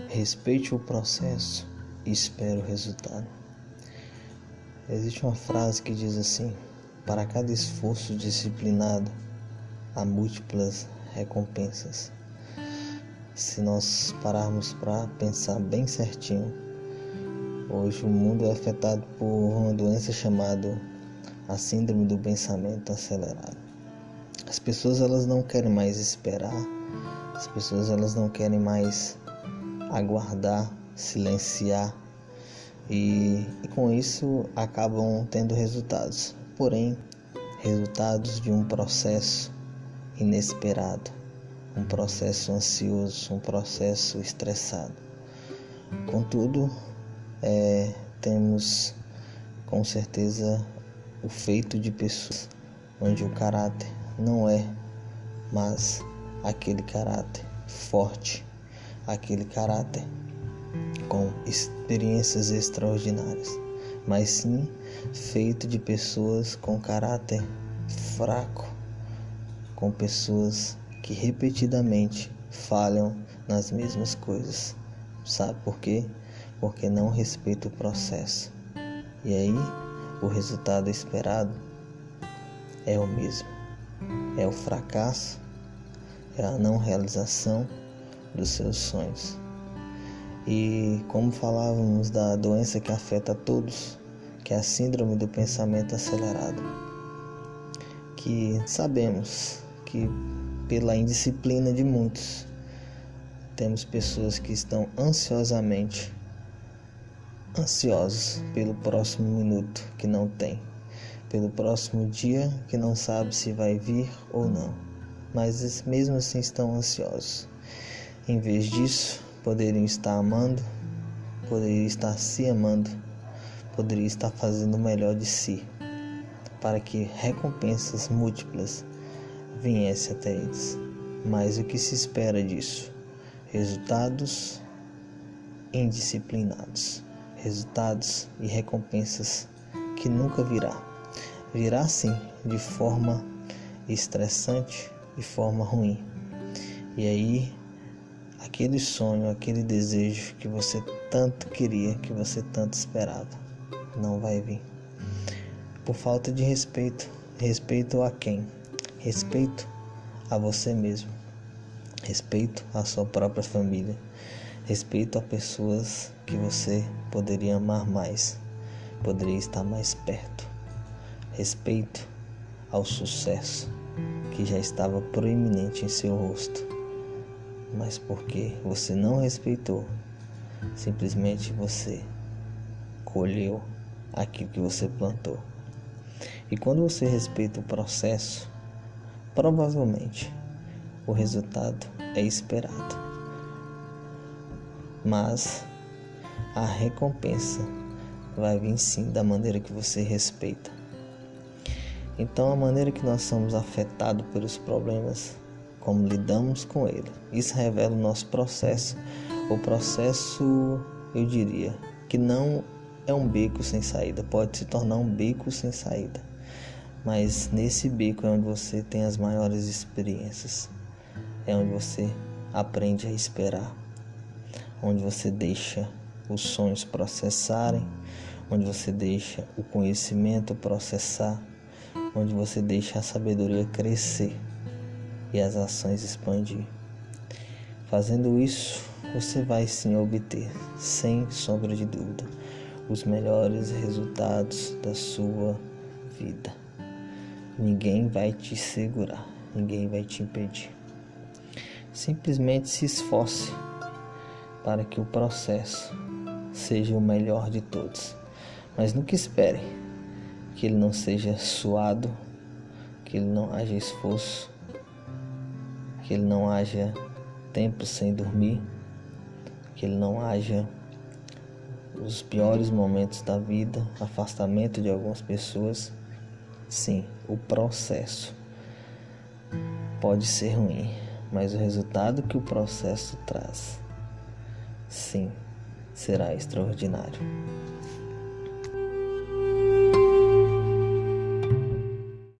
Respeite o processo e espere o resultado. Existe uma frase que diz assim: para cada esforço disciplinado, há múltiplas recompensas. Se nós pararmos para pensar bem certinho, hoje o mundo é afetado por uma doença chamada a síndrome do pensamento acelerado. As pessoas elas não querem mais esperar, as pessoas elas não querem mais aguardar, silenciar e com isso acabam tendo resultados, porém resultados de um processo inesperado, um processo ansioso, um processo estressado. Contudo, temos com certeza o feito de pessoas onde o caráter não é mais aquele caráter forte, aquele caráter com experiências extraordinárias, mas sim feito de pessoas com caráter fraco, com pessoas que repetidamente falham nas mesmas coisas. Sabe por quê? Porque não respeita o processo. E aí, o resultado esperado é o mesmo. É o fracasso, é a não realização dos seus sonhos. E como falávamos da doença que afeta a todos, que é a síndrome do pensamento acelerado, que sabemos que pela indisciplina de muitos, temos pessoas que estão ansiosos pelo próximo minuto que não tem, pelo próximo dia que não sabe se vai vir ou não, mas mesmo assim estão ansiosos. Em vez disso, poderiam estar amando, poderiam estar se amando, poderiam estar fazendo o melhor de si, para que recompensas múltiplas viessem até eles. Mas o que se espera disso? Resultados indisciplinados, resultados e recompensas que nunca virá. Virá sim, de forma estressante, de forma ruim. E aí, aquele sonho, aquele desejo que você tanto queria, que você tanto esperava, não vai vir. Por falta de respeito. Respeito a quem? Respeito a você mesmo. Respeito à sua própria família. Respeito a pessoas que você poderia amar mais, poderia estar mais perto. Respeito ao sucesso que já estava proeminente em seu rosto. Mas porque você não respeitou, simplesmente você colheu aquilo que você plantou. E quando você respeita o processo, provavelmente o resultado é esperado. Mas a recompensa vai vir sim da maneira que você respeita. Então a maneira que nós somos afetados pelos problemas, como lidamos com ele, isso revela o nosso processo. O processo, eu diria, que não é um beco sem saída, pode se tornar um beco sem saída. Mas nesse beco é onde você tem as maiores experiências, é onde você aprende a esperar, onde você deixa os sonhos processarem, onde você deixa o conhecimento processar, onde você deixa a sabedoria crescer e as ações expandir. Fazendo isso, você vai sim obter, sem sombra de dúvida, os melhores resultados da sua vida. Ninguém vai te segurar, ninguém vai te impedir. Simplesmente se esforce para que o processo seja o melhor de todos, mas nunca espere que ele não seja suado, que ele não haja esforço, que ele não haja tempo sem dormir, que ele não haja os piores momentos da vida, afastamento de algumas pessoas. Sim, o processo pode ser ruim, mas o resultado que o processo traz, sim, será extraordinário.